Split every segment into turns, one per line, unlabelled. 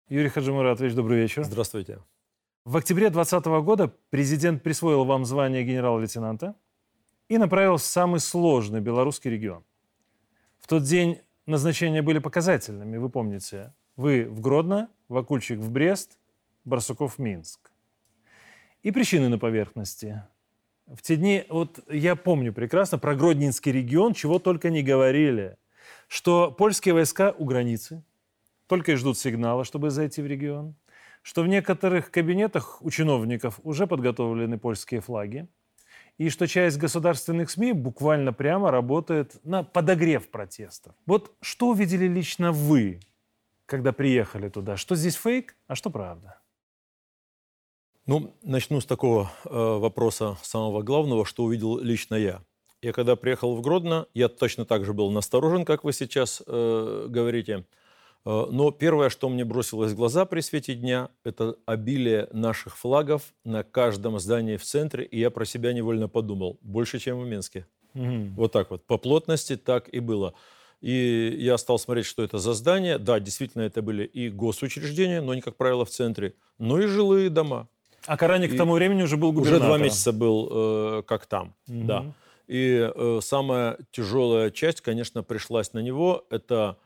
Юрий Хаджимуратович, добрый вечер.
Здравствуйте.
В октябре 2020 года президент присвоил вам звание генерал-лейтенанта и направил в самый сложный белорусский регион. В тот день назначения были показательными, вы помните. Вы в Гродно, Вакульчик в Брест, Барсуков в Минск. И причины на поверхности. В те дни, вот я помню прекрасно, про Гродненский регион чего только не говорили. Что польские войска у границы, только и ждут сигнала, чтобы зайти в регион. Что в некоторых кабинетах у чиновников уже подготовлены польские флаги. И что часть государственных СМИ буквально прямо работает на подогрев протестов. Вот что увидели лично вы, когда приехали туда? Что здесь фейк, а что правда?
Начну с такого вопроса самого главного, что увидел лично я. Я когда приехал в Гродно, я точно так же был насторожен, как вы сейчас говорите. Но первое, что мне бросилось в глаза при свете дня, это обилие наших флагов на каждом здании в центре. И я про себя невольно подумал, больше, чем в Минске. Вот так вот. По плотности так и было. И я стал смотреть, что это за здания. Да, действительно, это были и госучреждения, но они, как правило, в центре, но и жилые дома.
А Караник к тому времени уже был губернатором.
Уже 2 месяца был как там, да. И самая тяжелая часть, конечно, пришлась на него. Это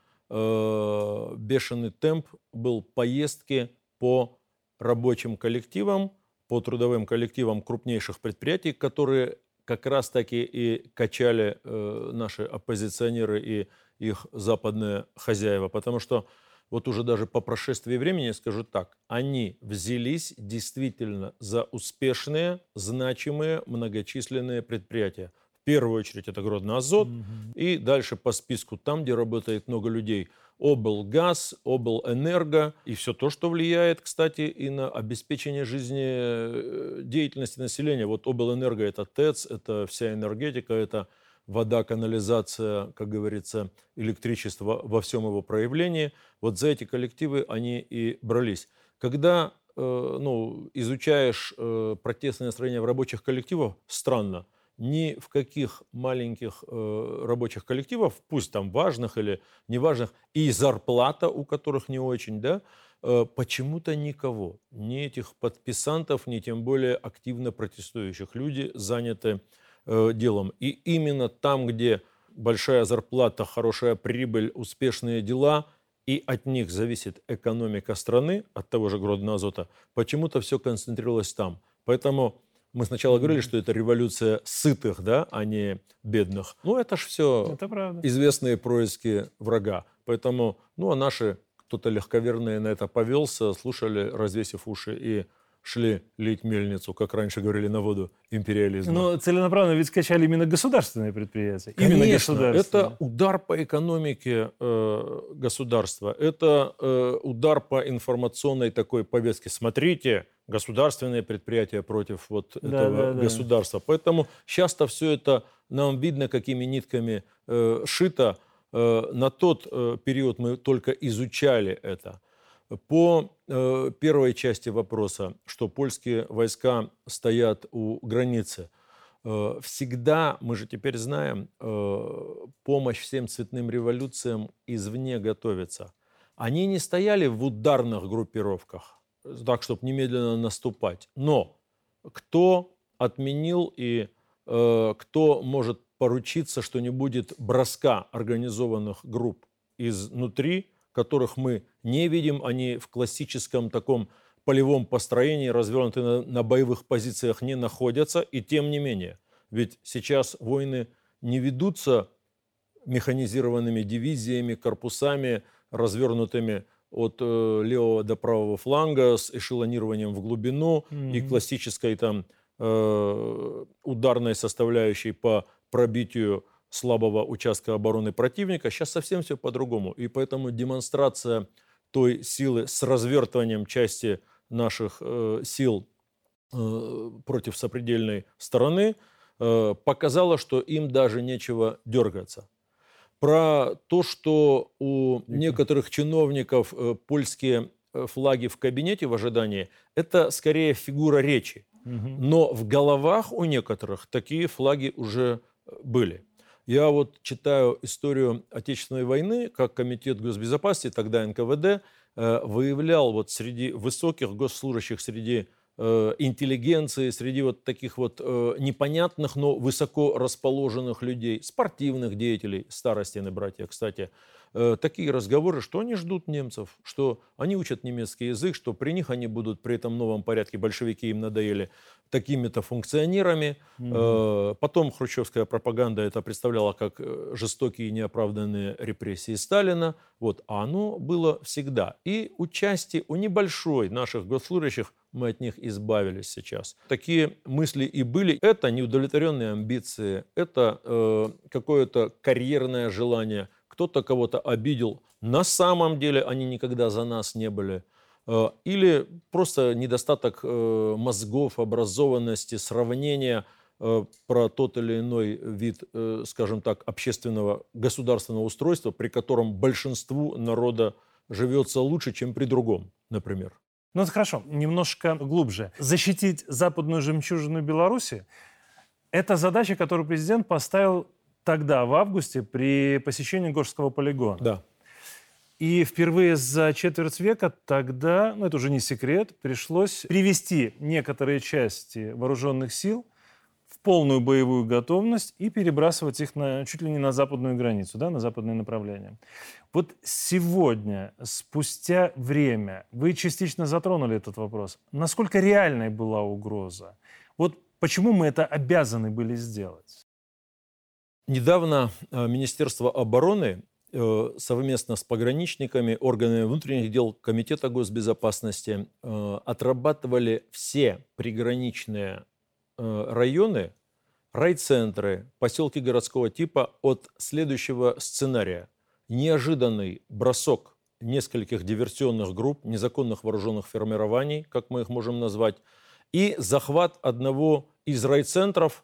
бешеный темп был поездки по рабочим коллективам, по трудовым коллективам крупнейших предприятий, которые как раз-таки и качали наши оппозиционеры и их западные хозяева. Потому что вот уже даже по прошествии времени, я скажу так, они взялись действительно за успешные, значимые, многочисленные предприятия. В первую очередь это Гродно-Азот, и дальше по списку там, где работает много людей, облгаз, облэнерго и все то, что влияет, кстати, и на обеспечение жизнедеятельности населения. Вот облэнерго – это ТЭЦ, это вся энергетика, это вода, канализация, как говорится, электричество во всем его проявлении. Вот за эти коллективы они и брались. Когда изучаешь протестные настроения в рабочих коллективах, странно, ни в каких маленьких рабочих коллективах, пусть там важных или неважных, и зарплата у которых не очень, да, почему-то никого, ни этих подписантов, ни тем более активно протестующих. Люди заняты делом. И именно там, где большая зарплата, хорошая прибыль, успешные дела, и от них зависит экономика страны, от того же Гродно-Азота, почему-то все концентрировалось там. Поэтому мы сначала говорили, что это революция сытых, да, а не бедных. Это ж все известные происки врага. Поэтому, а наши, кто-то легковерные на это повелся, слушали, развесив уши, и шли лить мельницу, как раньше говорили, на воду империализма.
Но целенаправленно ведь скачали именно государственные предприятия.
Конечно,
именно государственные.
Это удар по экономике государства, это удар по информационной такой повестке. Смотрите, государственные предприятия против этого государства. Поэтому часто все это нам видно, какими нитками шито. На тот период мы только изучали это. По первой части вопроса, что польские войска стоят у границы, всегда, мы же теперь знаем, помощь всем цветным революциям извне готовится. Они не стояли в ударных группировках, так, чтобы немедленно наступать. Но кто отменил и кто может поручиться, что не будет броска организованных групп изнутри, которых мы не видим, они в классическом таком полевом построении, развернуты на боевых позициях, не находятся. И тем не менее, ведь сейчас войны не ведутся механизированными дивизиями, корпусами, развернутыми от левого до правого фланга, с эшелонированием в глубину и классической там ударной составляющей по пробитию слабого участка обороны противника. Сейчас совсем все по-другому. И поэтому демонстрация той силы с развертыванием части наших сил против сопредельной стороны показала, что им даже нечего дергаться. Про то, что у некоторых чиновников польские флаги в кабинете в ожидании, это скорее фигура речи. Но в головах у некоторых такие флаги уже были. Я вот читаю историю Отечественной войны, как Комитет госбезопасности, тогда НКВД, выявлял вот среди высоких госслужащих, среди интеллигенции, среди вот таких вот непонятных, но высоко расположенных людей, спортивных деятелей, Старостины братья, кстати, такие разговоры, что они ждут немцев, что они учат немецкий язык, что при них они будут при этом новом порядке, большевики им надоели, такими-то функционерами. Потом хрущевская пропаганда это представляла как жестокие и неоправданные репрессии Сталина. Вот. А оно было всегда. И у части, у небольшой наших госслужащих, мы от них избавились сейчас. Такие мысли и были. Это неудовлетворенные амбиции, это какое-то карьерное желание. Кто-то кого-то обидел. На самом деле они никогда за нас не были. Или просто недостаток мозгов, образованности, сравнения про тот или иной вид, скажем так, общественного государственного устройства, при котором большинству народа живется лучше, чем при другом, например.
Ну, это хорошо. Немножко глубже. Защитить западную жемчужину Беларуси – это задача, которую президент поставил тогда, в августе, при посещении Горского полигона.
Да.
И впервые за четверть века тогда, ну это уже не секрет, пришлось привести некоторые части вооруженных сил в полную боевую готовность и перебрасывать их чуть ли не на западную границу, да, на западное направление. Вот сегодня, спустя время, вы частично затронули этот вопрос. Насколько реальной была угроза? Вот почему мы это обязаны были сделать?
Недавно Министерство обороны совместно с пограничниками, органами внутренних дел, Комитета госбезопасности отрабатывали все приграничные районы, райцентры, поселки городского типа от следующего сценария. Неожиданный бросок нескольких диверсионных групп, незаконных вооруженных формирований, как мы их можем назвать, и захват одного из райцентров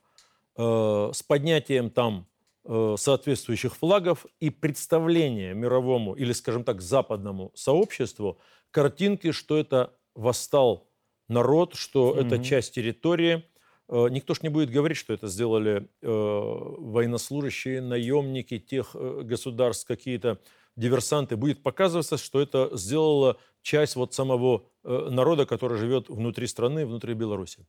с поднятием там соответствующих флагов и представление мировому или, скажем так, западному сообществу картинки, что это восстал народ, что это часть территории. Никто ж не будет говорить, что это сделали военнослужащие, наемники тех государств, какие-то диверсанты. Будет показываться, что это сделала часть вот самого народа, который живет внутри страны, внутри Беларуси.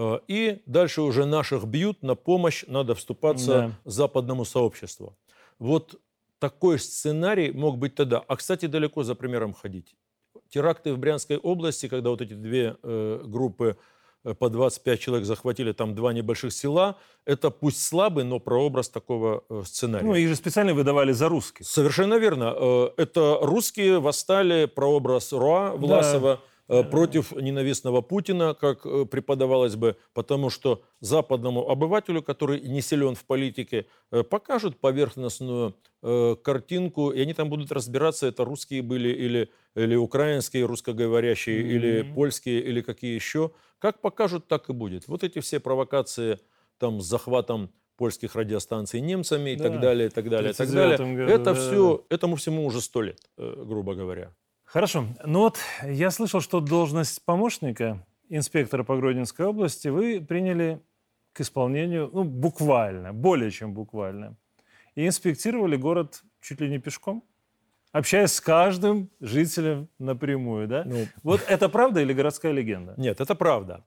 И дальше уже наших бьют, на помощь надо вступаться западному сообществу. Вот такой сценарий мог быть тогда. А, кстати, далеко за примером ходить. Теракты в Брянской области, когда вот эти две группы по 25 человек захватили там два небольших села, это пусть слабый, но прообраз такого сценария.
Ну, их же специально выдавали за русских.
Совершенно верно. Это русские восстали, прообраз Руа Власова, против ненавистного Путина, как преподавалось бы, потому что западному обывателю, который не силен в политике, покажут поверхностную картинку, и они там будут разбираться, это русские были или украинские, русскоговорящие, или польские, или какие еще. Как покажут, так и будет. Вот эти все провокации там, с захватом польских радиостанций немцами и так далее, и так далее, и так далее.
Году,
это все, этому всему уже 100 лет, грубо говоря.
Хорошо. Ну вот я слышал, что должность помощника инспектора по Гродненской области вы приняли к исполнению, ну, буквально, более чем буквально. И инспектировали город чуть ли не пешком, общаясь с каждым жителем напрямую, да?
Ну,
вот это правда или городская легенда?
Нет, это правда.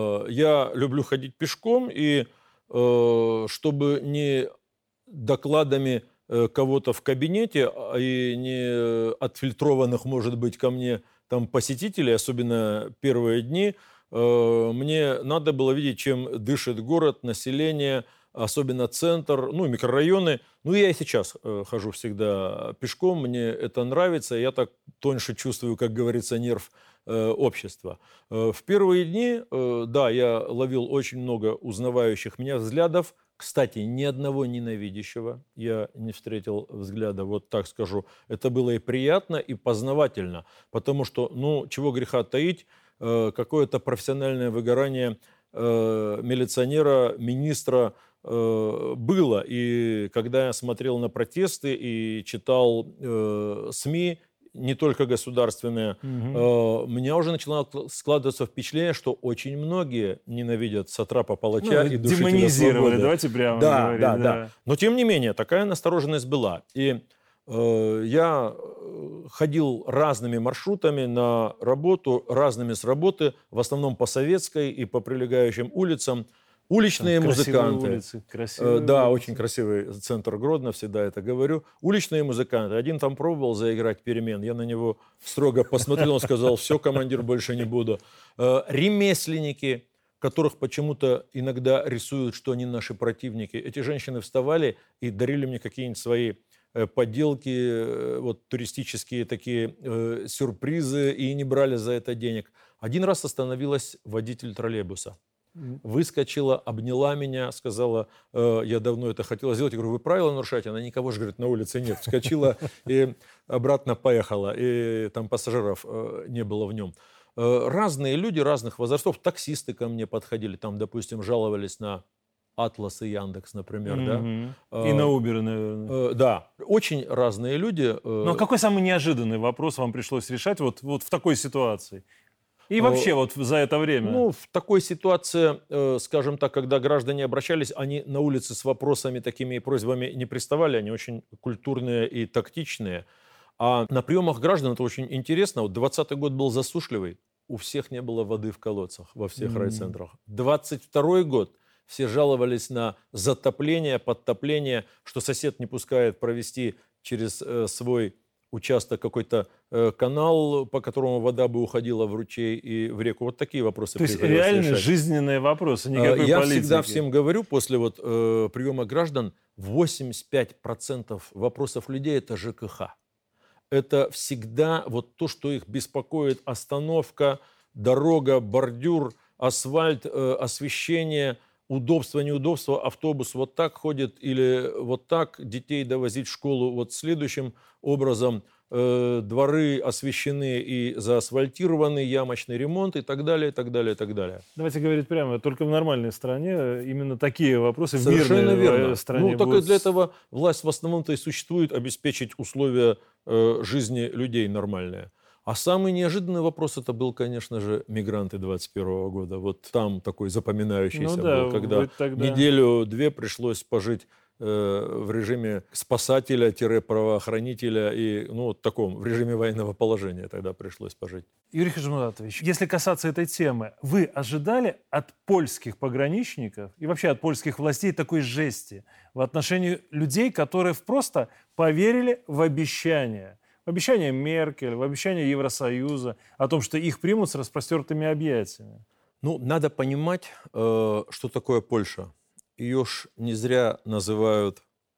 Я люблю ходить пешком, и чтобы не докладами кого-то в кабинете и не отфильтрованных, может быть, ко мне там посетителей, особенно первые дни, мне надо было видеть, чем дышит город, население, особенно центр, ну, микрорайоны. Ну, я и сейчас хожу всегда пешком, мне это нравится, я так тоньше чувствую, как говорится, нерв общества. В первые дни, да, я ловил очень много узнавающих меня взглядов. Кстати, ни одного ненавидящего я не встретил взгляда, вот так скажу. Это было и приятно, и познавательно, потому что, ну, чего греха таить, какое-то профессиональное выгорание милиционера, министра было. И когда я смотрел на протесты и читал СМИ, не только государственные, у меня уже начало складываться впечатление, что очень многие ненавидят сатрапа, палача и душителя
демонизировали,
свободы.
давайте прямо
да,
говорить.
да. Но тем не менее, такая настороженность была. И я ходил разными маршрутами на работу, разными с работы, в основном по Советской и по прилегающим улицам. Уличные музыканты.
Улицы, красивые
да,
улицы.
очень красивый центр Гродно, всегда это говорю. Уличные музыканты. Один там пробовал заиграть перемен. Я на него строго посмотрел, он сказал: все, командир, больше не буду. Ремесленники, которых почему-то иногда рисуют, что они наши противники. Эти женщины вставали и дарили мне какие-нибудь свои поделки, вот туристические такие сюрпризы, и не брали за это денег. Один раз остановилась водитель троллейбуса. Выскочила, обняла меня, сказала: я давно это хотела сделать. Я говорю: вы правила нарушаете? Она: никого же, говорит, на улице нет. Вскочила и обратно поехала. И там пассажиров не было в нем. Разные люди разных возрастов. Таксисты ко мне подходили. Там, допустим, жаловались на Атлас и Яндекс, например. Да?
И на Uber, наверное.
Да. Очень разные люди.
Но какой самый неожиданный вопрос вам пришлось решать вот в такой ситуации? И вообще вот за это время?
Ну, в такой ситуации, скажем так, когда граждане обращались, они на улице с вопросами такими и просьбами не приставали, они очень культурные и тактичные. А на приемах граждан это очень интересно. Вот 2020 год был засушливый, у всех не было воды в колодцах во всех райцентрах. 2022 год все жаловались на затопление, подтопление, что сосед не пускает провести через свой участок какой-то канал, по которому вода бы уходила в ручей и в реку. Вот такие вопросы.
То есть реально жизненные вопросы, никакой
Я
политики.
всегда всем говорю, после вот приема граждан, 85% вопросов людей – это ЖКХ. Это всегда вот то, что их беспокоит: остановка, дорога, бордюр, асфальт, освещение, удобство, неудобство, автобус вот так ходит или вот так, детей довозить в школу вот следующим образом, дворы освещены и заасфальтированы, ямочный ремонт и так далее, и так далее, и так далее.
Давайте говорить прямо, только в нормальной стране именно такие вопросы в
Совершенно
мирной
верно.
стране
Ну, только
будут...
для этого власть в основном-то и существует, обеспечить условия жизни людей нормальные. А самый неожиданный вопрос это был, конечно же, мигранты 2021 года. Вот там такой запоминающийся был, когда неделю-две пришлось пожить в режиме спасателя-правоохранителя и, ну, вот таком, в режиме военного положения тогда пришлось пожить.
Юрий Хажимуратович, если касаться этой темы, вы ожидали от польских пограничников и вообще от польских властей такой жести в отношении людей, которые просто поверили в обещания? В обещание Меркель, в обещание Евросоюза о том, что их примут с распростертыми объятиями?
Ну, надо понимать, что такое Польша. Ее ж не зря называют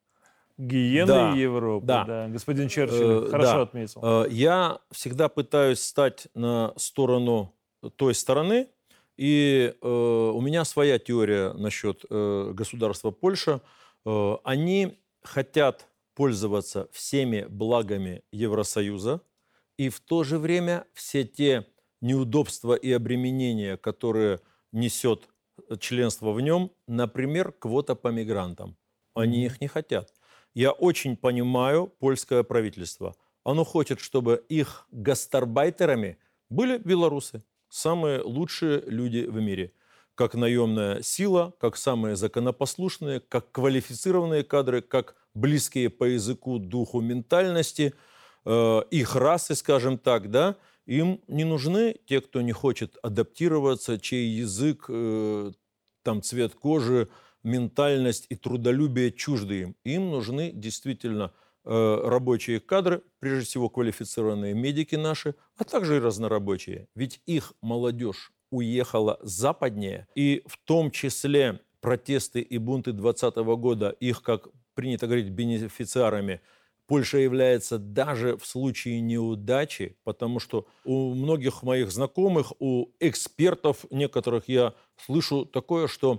гиеной Европы. Да. Господин Черчилль хорошо отметил.
Я всегда пытаюсь стать на сторону той стороны. И у меня своя теория насчет государства Польша. Они хотят пользоваться всеми благами Евросоюза, и в то же время все те неудобства и обременения, которые несет членство в нем, например, квота по мигрантам. Они их не хотят. Я очень понимаю польское правительство. Оно хочет, чтобы их гастарбайтерами были белорусы, самые лучшие люди в мире. Как наемная сила, как самые законопослушные, как квалифицированные кадры, как близкие по языку, духу, ментальности, их расы, скажем так, да. Им не нужны те, кто не хочет адаптироваться, чей язык, там, цвет кожи, ментальность и трудолюбие чужды им. Им нужны действительно рабочие кадры, прежде всего квалифицированные медики наши, а также и разнорабочие. Ведь их молодежь уехала западнее, и в том числе протесты и бунты 2020 года, их, как принято говорить, бенефициарами, Польша является даже в случае неудачи, потому что у многих моих знакомых, у экспертов некоторых я слышу такое, что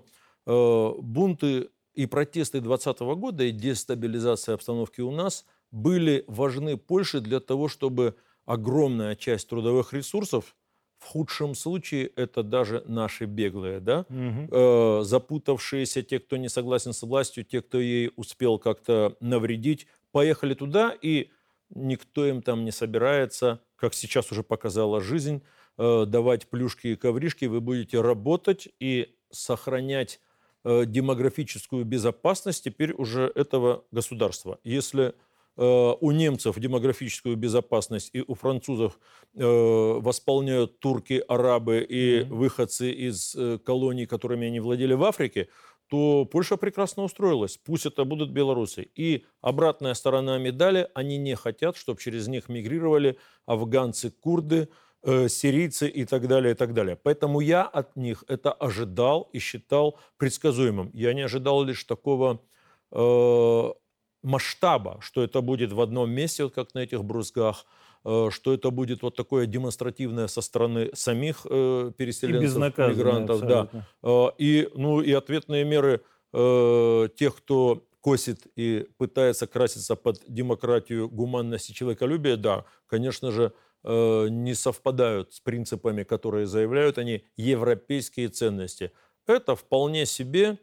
бунты и протесты 2020 года и дестабилизация обстановки у нас были важны Польше для того, чтобы огромная часть трудовых ресурсов, в худшем случае это даже наши беглые, да? Запутавшиеся, те, кто не согласен с властью, те, кто ей успел как-то навредить, поехали туда, и никто им там не собирается, как сейчас уже показала жизнь, давать плюшки и ковришки. Вы будете работать и сохранять демографическую безопасность теперь уже этого государства. Если у немцев демографическую безопасность и у французов восполняют турки, арабы и выходцы из колоний, которыми они владели в Африке, то Польша прекрасно устроилась. Пусть это будут белорусы. И обратная сторона медали, они не хотят, чтобы через них мигрировали афганцы, курды, сирийцы и так далее, и так далее. Поэтому я от них это ожидал и считал предсказуемым. Я не ожидал лишь такого масштаба, что это будет в одном месте, вот как на этих брусгах, что это будет вот такое демонстративное со стороны самих переселенцев, мигрантов. Да. И ответные меры тех, кто косит и пытается краситься под демократию, гуманность и человеколюбие, да, конечно же, не совпадают с принципами, которые заявляют они, европейские ценности. Это вполне себе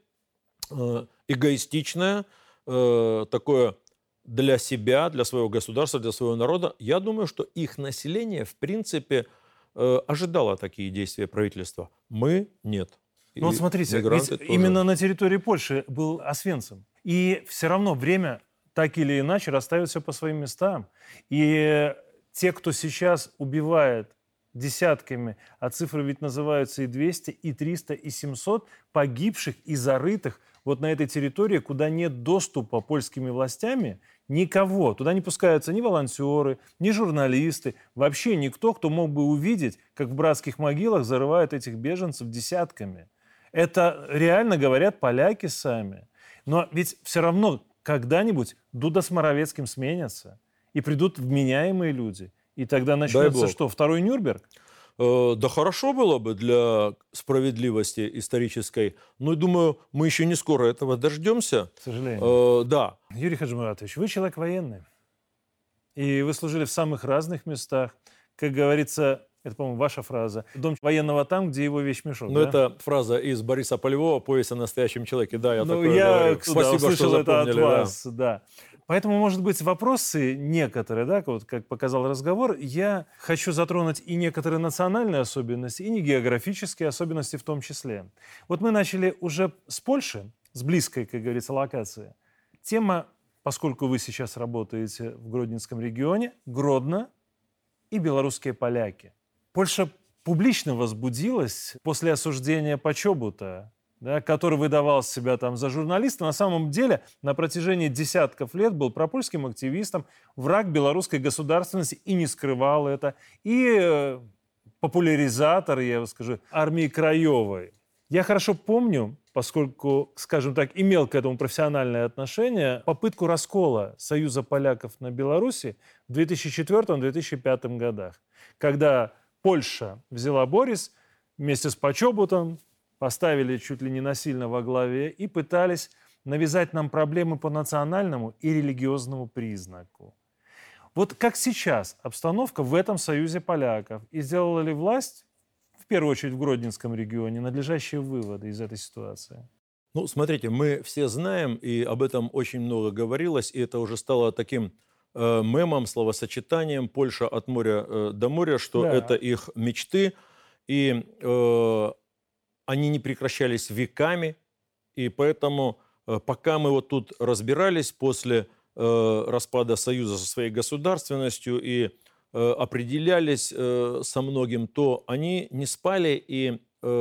эгоистичное, такое для себя, для своего государства, для своего народа. Я думаю, что их население, в принципе, ожидало такие действия правительства. Мы нет.
Ну вот смотрите, ведь именно на территории Польши был Освенцим. И все равно время так или иначе расставит все по своим местам. И те, кто сейчас убивает десятками, а цифры ведь называются и 200, и 300, и 700 погибших и зарытых вот на этой территории, куда нет доступа польскими властями никого. Туда не пускаются ни волонтеры, ни журналисты, вообще никто, кто мог бы увидеть, как в братских могилах зарывают этих беженцев десятками. Это реально говорят поляки сами. Но ведь все равно когда-нибудь Дуда с Моровецким сменятся, и придут вменяемые люди. И тогда начнется что, второй Нюрнберг?
Да хорошо было бы для справедливости исторической. Но, думаю, мы еще не скоро этого дождемся.
К сожалению.
Да.
Юрий Хаджимуратович, вы человек военный. И вы служили в самых разных местах. Как говорится, это, по-моему, ваша фраза. Дом военного там, где его вещмешок.
Ну, да? Это фраза из Бориса Полевого, повесть о настоящем человеке. Да, я такое
говорю.
Спасибо, что запомнили.
Это от вас, да. Поэтому, может быть, вопросы некоторые, да, вот как показал разговор, я хочу затронуть и некоторые национальные особенности, и не географические особенности в том числе. Вот мы начали уже с Польши, с близкой, как говорится, локации. Тема, поскольку вы сейчас работаете в Гродненском регионе, Гродно и белорусские поляки. Польша публично возбудилась после осуждения Почобута, да, который выдавал себя там за журналиста, на самом деле на протяжении десятков лет был пропольским активистом, враг белорусской государственности и не скрывал это, и популяризатор, я вам скажу, армии краевой. Я хорошо помню, поскольку, скажем так, имел к этому профессиональное отношение, попытку раскола Союза поляков на Беларуси в 2004-2005 годах, когда Польша взяла Борис вместе с Почобутом, поставили чуть ли не насильно во главе и пытались навязать нам проблемы по национальному и религиозному признаку. Вот как сейчас обстановка в этом союзе поляков? И сделала ли власть, в первую очередь в Гродненском регионе, надлежащие выводы из этой ситуации?
Ну, смотрите, мы все знаем, и об этом очень много говорилось, и это уже стало таким мемом, словосочетанием «Польша от моря до моря», что это их мечты. И они не прекращались веками, и поэтому, пока мы вот тут разбирались после распада Союза со своей государственностью и определялись со многим, то они не спали и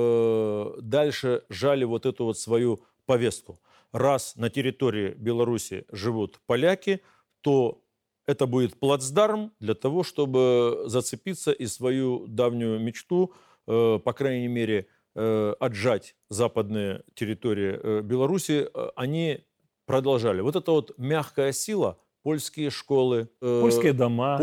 дальше жали вот эту вот свою повестку. Раз на территории Беларуси живут поляки, то это будет плацдарм для того, чтобы зацепиться и свою давнюю мечту, по крайней мере, отжать западные территории Беларуси, они продолжали. Вот эта вот мягкая сила, польские школы,
польские дома,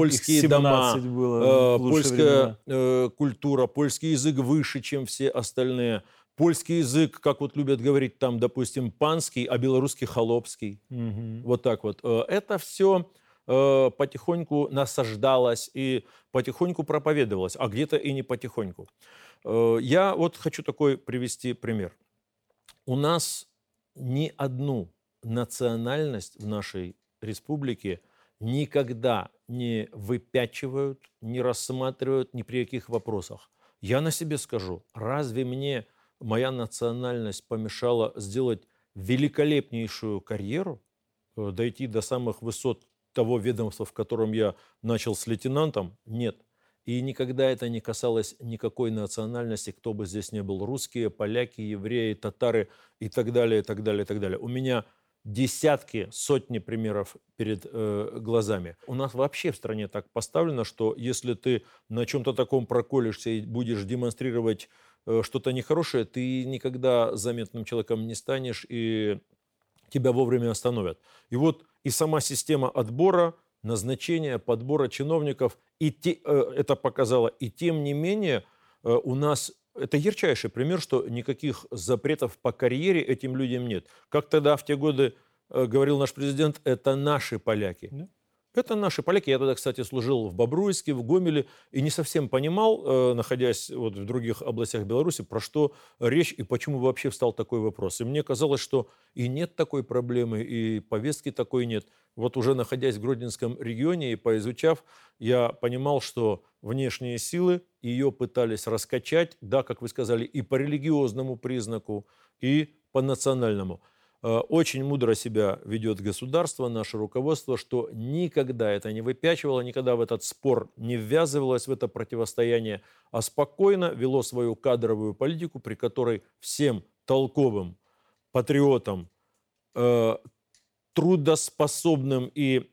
было польская культура, польский язык выше, чем все остальные. Польский язык, как вот любят говорить там, допустим, панский, а белорусский холопский. Вот так вот. Это все потихоньку насаждалось и потихоньку проповедовалось, а где-то и не потихоньку. Я вот хочу такой привести пример. У нас ни одну национальность в нашей республике никогда не выпячивают, не рассматривают ни при каких вопросах. Я на себе скажу, разве мне моя национальность помешала сделать великолепнейшую карьеру, дойти до самых высот того ведомства, в котором я начал с лейтенантом, нет. И никогда это не касалось никакой национальности, кто бы здесь ни был. Русские, поляки, евреи, татары и так далее, и так далее, и так далее. У меня десятки, сотни примеров перед глазами. У нас вообще в стране так поставлено, что если ты на чем-то таком проколешься и будешь демонстрировать что-то нехорошее, ты никогда заметным человеком не станешь, и тебя вовремя остановят. И вот и сама система отбора, назначения, подбора чиновников, это показало. И тем не менее у нас это ярчайший пример, что никаких запретов по карьере этим людям нет. Как тогда в те годы говорил наш президент, это наши поляки.
Да.
Это наши поляки. Я тогда, кстати, служил в Бобруйске, в Гомеле, и не совсем понимал, находясь вот в других областях Беларуси, про что речь и почему вообще встал такой вопрос. И мне казалось, что и нет такой проблемы, и повестки такой нет. Вот уже находясь в Гродненском регионе и поизучав, я понимал, что внешние силы ее пытались раскачать, да, как вы сказали, и по религиозному признаку, и по национальному. Очень мудро себя ведет государство, наше руководство, что никогда это не выпячивало, никогда в этот спор не ввязывалось, в это противостояние, а спокойно вело свою кадровую политику, при которой всем толковым патриотам, трудоспособным и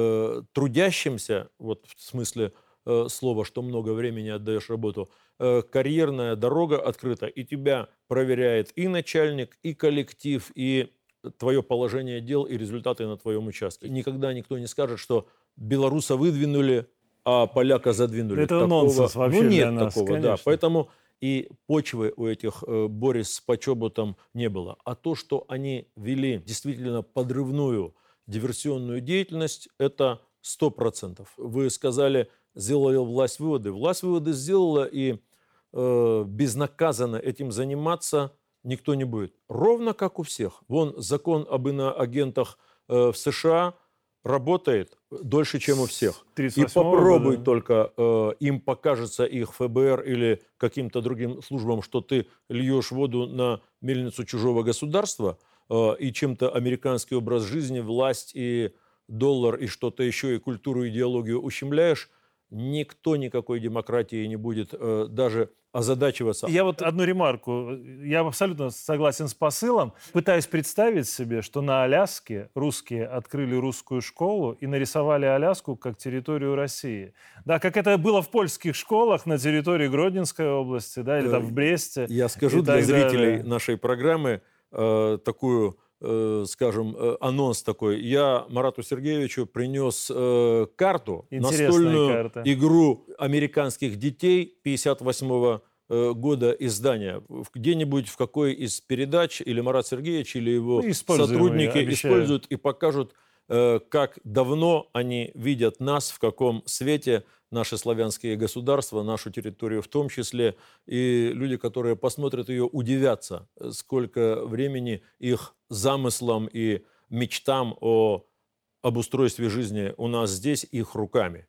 трудящимся, вот в смысле слова, что много времени отдаешь работу, карьерная дорога открыта, и тебя проверяет и начальник, и коллектив, и твое положение дел, и результаты на твоем участке. Никогда никто не скажет, что белоруса выдвинули, а поляка задвинули.
Это нонсенс вообще
нет
для нас,
такого,
конечно.
да. Поэтому и почвы у этих Борис с Почоботом не было. А то, что они вели действительно подрывную диверсионную деятельность, это 100%. Вы сказали, сделала власть выводы. Власть выводы сделала, и безнаказанно этим заниматься никто не будет. Ровно как у всех. Вон закон об иноагентах в США работает дольше, чем у всех. И попробуй
года.
только им покажется их ФБР или каким-то другим службам, что ты льешь воду на мельницу чужого государства и чем-то американский образ жизни, власть и доллар и что-то еще, и культуру, и идеологию ущемляешь, никто никакой демократии не будет даже озадачиваться.
Я вот одну ремарку. Я абсолютно согласен с посылом. Пытаюсь представить себе, что на Аляске русские открыли русскую школу и нарисовали Аляску как территорию России. Да, как это было в польских школах на территории Гродненской области, да, или там в Бресте.
Я скажу для зрителей нашей программы такую, скажем, анонс такой. Я Марату Сергеевичу принес карту, настольную игру американских детей 1958 года издания. Где-нибудь в какой из передач или Марат Сергеевич, или его сотрудники используют и покажут, как давно они видят нас, в каком свете наши славянские государства, нашу территорию в том числе. И люди, которые посмотрят ее, удивятся, сколько времени их замыслам и мечтам об устройстве жизни у нас здесь их руками.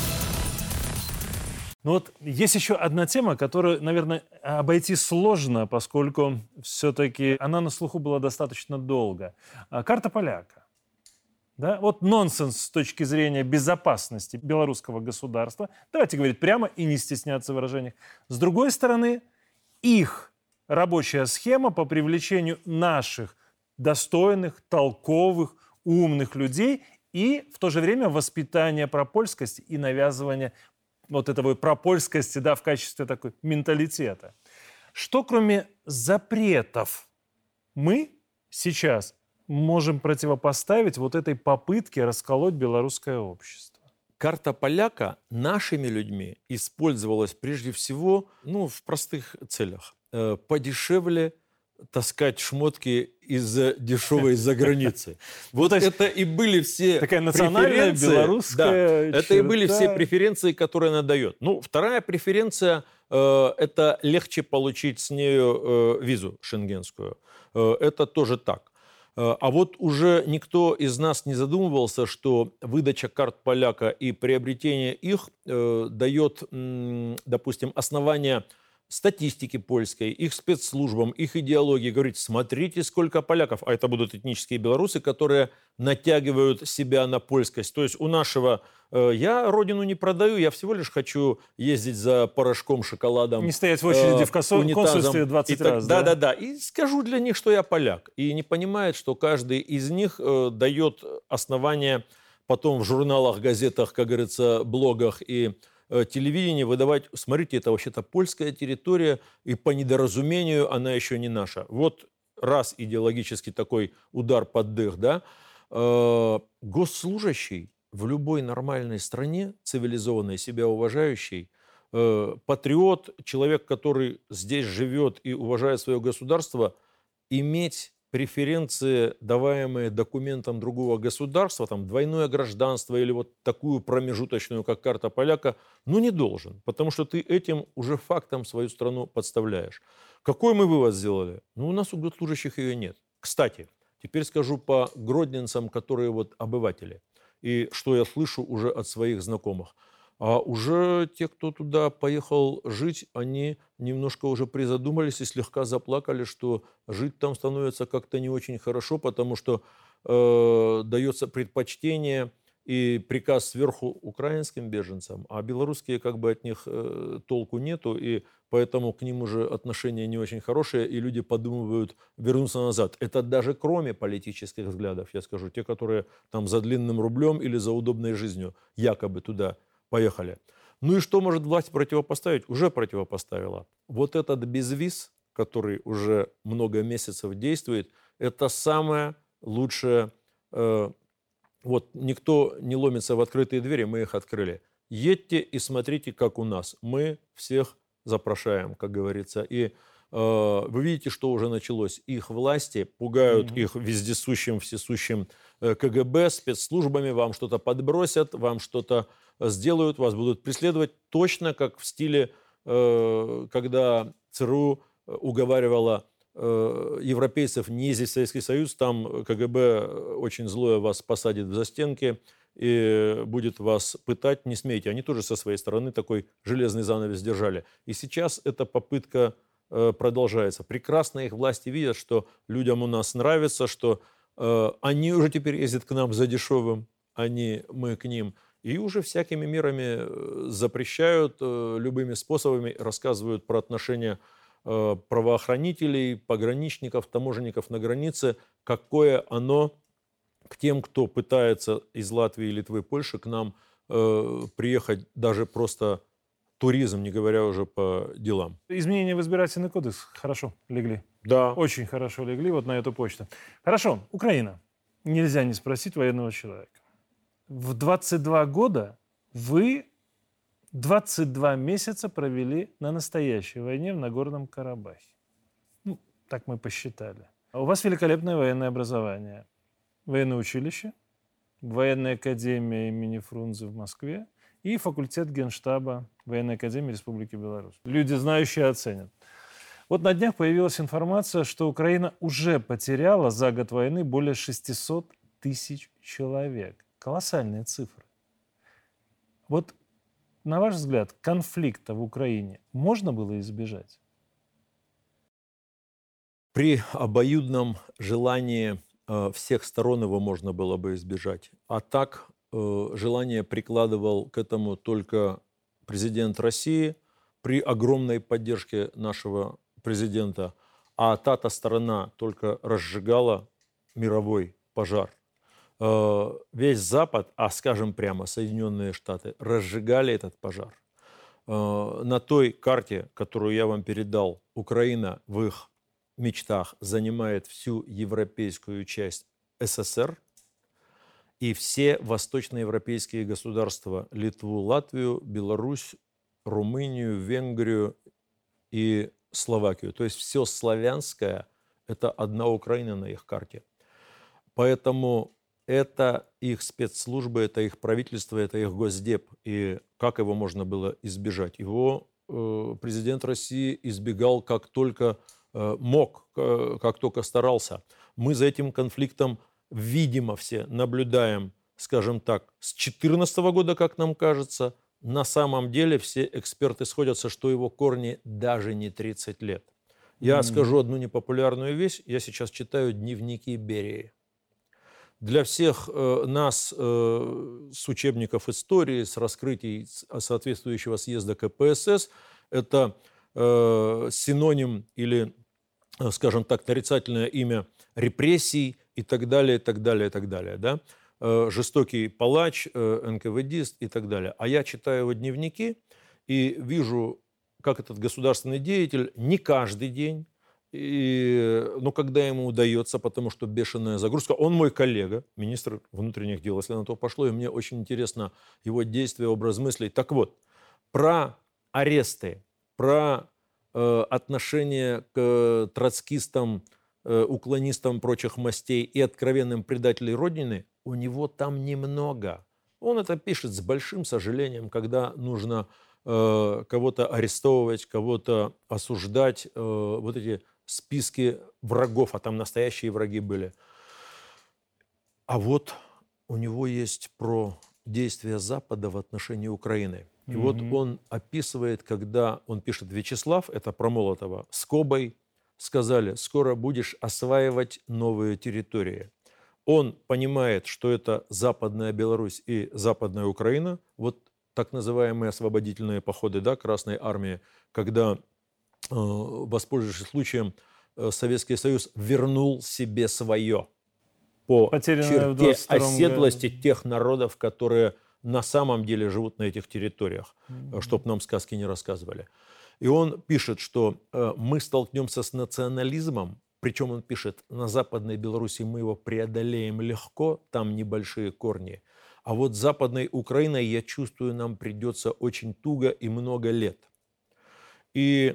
Ну вот есть еще одна тема, которую, наверное, обойти сложно, поскольку все-таки она на слуху была достаточно долго. Карта поляка. Да? Вот нонсенс с точки зрения безопасности белорусского государства. Давайте говорить прямо и не стесняться в выражениях. С другой стороны, их рабочая схема по привлечению наших достойных, толковых, умных людей и в то же время воспитание пропольскости и навязывание вот этого пропольскости, да, в качестве такой менталитета. Что кроме запретов мы сейчас можем противопоставить вот этой попытке расколоть белорусское общество?
Карта поляка нашими людьми использовалась прежде всего в простых целях. Подешевле таскать шмотки из дешевой заграницы. Вот это и были все
такая национальная белорусская
черта. Это и были все преференции, которые она дает. Вторая преференция это легче получить с нею визу шенгенскую. Это тоже так. А вот уже никто из нас не задумывался, что выдача карт поляка и приобретение их дает, допустим, основания статистике польской, их спецслужбам, их идеологии, говорить, смотрите, сколько поляков, а это будут этнические белорусы, которые натягивают себя на польскость. То есть у нашего, я родину не продаю, я всего лишь хочу ездить за порошком, шоколадом.
Не стоять в очереди в консульстве 20 раз.
Да. И скажу для них, что я поляк. И не понимает, что каждый из них дает основание потом в журналах, газетах, как говорится, блогах и телевидение выдавать, смотрите, это вообще-то польская территория, и по недоразумению она еще не наша. Вот раз идеологический такой удар под дых, да, госслужащий в любой нормальной стране, цивилизованной, себя уважающий, патриот, человек, который здесь живет и уважает свое государство, иметь преференции, даваемые документам другого государства, там двойное гражданство или вот такую промежуточную, как карта поляка, не должен, потому что ты этим уже фактом свою страну подставляешь. Какой мы вывод сделали? У нас у госслужащих ее нет. Кстати, теперь скажу по гродненцам, которые вот обыватели, и что я слышу уже от своих знакомых. А уже те, кто туда поехал жить, они немножко уже призадумались и слегка заплакали, что жить там становится как-то не очень хорошо, потому что дается предпочтение и приказ сверху украинским беженцам, а белорусские как бы от них толку нету, и поэтому к ним уже отношения не очень хорошие, и люди подумывают вернуться назад. Это даже кроме политических взглядов, я скажу, те, которые там за длинным рублем или за удобной жизнью якобы туда поехали. И что может власть противопоставить? Уже противопоставила. Вот этот безвиз, который уже много месяцев действует, это самое лучшее. Вот никто не ломится в открытые двери, мы их открыли. Едьте и смотрите, как у нас. Мы всех запрошаем, как говорится. И вы видите, что уже началось. Их власти пугают их вездесущим, всесущим КГБ, спецслужбами, вам что-то подбросят, вам что-то сделают, вас будут преследовать точно как в стиле, когда ЦРУ уговаривала европейцев не ездить в Советский Союз, там КГБ очень злое вас посадит в застенки и будет вас пытать, не смейте. Они тоже со своей стороны такой железный занавес держали. И сейчас эта попытка продолжается. Прекрасно их власти видят, что людям у нас нравится, что они уже теперь ездят к нам за дешевым, мы к ним. И уже всякими мерами запрещают, любыми способами рассказывают про отношения правоохранителей, пограничников, таможенников на границе, какое оно к тем, кто пытается из Латвии, Литвы, Польши к нам приехать даже просто туризм, не говоря уже по делам.
Изменения в избирательный кодекс хорошо легли.
Да.
Очень хорошо легли вот на эту почту. Хорошо, Украина. Нельзя не спросить военного человека. В 22 года вы 22 месяца провели на настоящей войне в Нагорном Карабахе. Так мы посчитали. У вас великолепное военное образование. Военное училище, военная академия имени Фрунзе в Москве и факультет Генштаба военной академии Республики Беларусь. Люди, знающие, оценят. Вот на днях появилась информация, что Украина уже потеряла за год войны более 600 тысяч человек. Колоссальные цифры. Вот, на ваш взгляд, конфликта в Украине можно было избежать?
При обоюдном желании всех сторон его можно было бы избежать. А так желание прикладывал к этому только президент России при огромной поддержке нашего президента, а та сторона только разжигала мировой пожар. Весь Запад, а скажем прямо, Соединенные Штаты, разжигали этот пожар. На той карте, которую я вам передал, Украина в их мечтах занимает всю европейскую часть СССР и все восточноевропейские государства: Литву, Латвию, Беларусь, Румынию, Венгрию и Словакию. То есть все славянское – это одна Украина на их карте. Поэтому это их спецслужбы, это их правительство, это их Госдеп. И как его можно было избежать? Его президент России избегал как только мог, как только старался. Мы за этим конфликтом, видимо, все наблюдаем, скажем так, с 2014 года, как нам кажется, на самом деле все эксперты сходятся, что его корни даже не 30 лет. Я скажу одну непопулярную вещь. Я сейчас читаю дневники Берии. Для всех нас с учебников истории, с раскрытий соответствующего съезда КПСС, это синоним или, скажем так, нарицательное имя репрессий и так далее, и так далее, и так далее. Да? Жестокий палач, НКВДист и так далее. А я читаю его дневники и вижу, как этот государственный деятель не каждый день, но когда ему удается, потому что бешеная загрузка, он мой коллега, министр внутренних дел, если на то пошло, и мне очень интересно его действия, образ мыслей. Так вот, про аресты, про отношение к троцкистам, уклонистам прочих мастей и откровенным предателям Родины у него там немного. Он это пишет с большим сожалением, когда нужно кого-то арестовывать, кого-то осуждать, вот эти списки врагов, а там настоящие враги были. А вот у него есть про действия Запада в отношении Украины. И вот он описывает, когда он пишет: Вячеслав, это про Молотова, с Кобой сказали: скоро будешь осваивать новые территории. Он понимает, что это Западная Беларусь и Западная Украина, вот так называемые освободительные походы, да, Красной Армии, когда, воспользовавшись случаем, Советский Союз вернул себе свое по
Потерянное
черте оседлости тех народов, которые на самом деле живут на этих территориях, чтоб нам сказки не рассказывали. И он пишет, что мы столкнемся с национализмом, причем он пишет: на Западной Беларуси мы его преодолеем легко, там небольшие корни. А вот с Западной Украиной, я чувствую, нам придется очень туго и много лет. И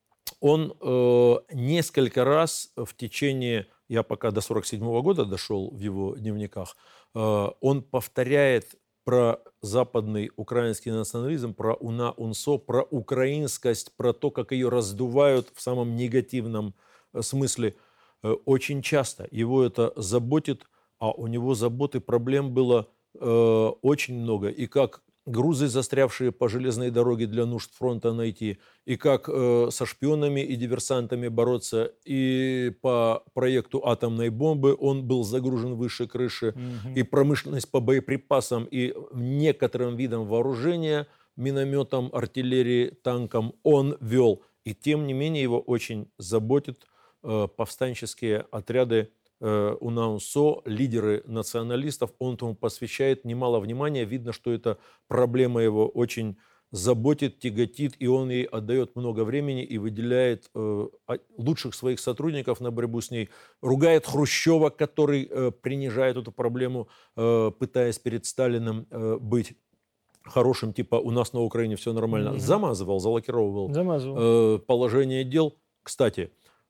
он несколько раз в течение, я пока до 1947 года дошел в его дневниках, он повторяет про западный украинский национализм, про УНА-УНСО, про украинскость, про то, как ее раздувают в самом негативном смысле очень часто. Его это заботит, а у него забот и проблем было очень много. И как грузы, застрявшие по железной дороге для нужд фронта, найти, и как со шпионами и диверсантами бороться. И по проекту атомной бомбы он был загружен выше крыши, и промышленность по боеприпасам и некоторым видам вооружения, минометам, артиллерии, танкам он вел. И тем не менее его очень заботят повстанческие отряды УНА-УНСО, лидеры националистов. Он этому посвящает немало внимания. Видно, что эта проблема его очень заботит, тяготит, и он ей отдает много времени и выделяет лучших своих сотрудников на борьбу с ней. Ругает Хрущева, который принижает эту проблему, пытаясь перед Сталиным быть хорошим, типа у нас на Украине все нормально. Замазывал, залакировывал положение дел. Кстати,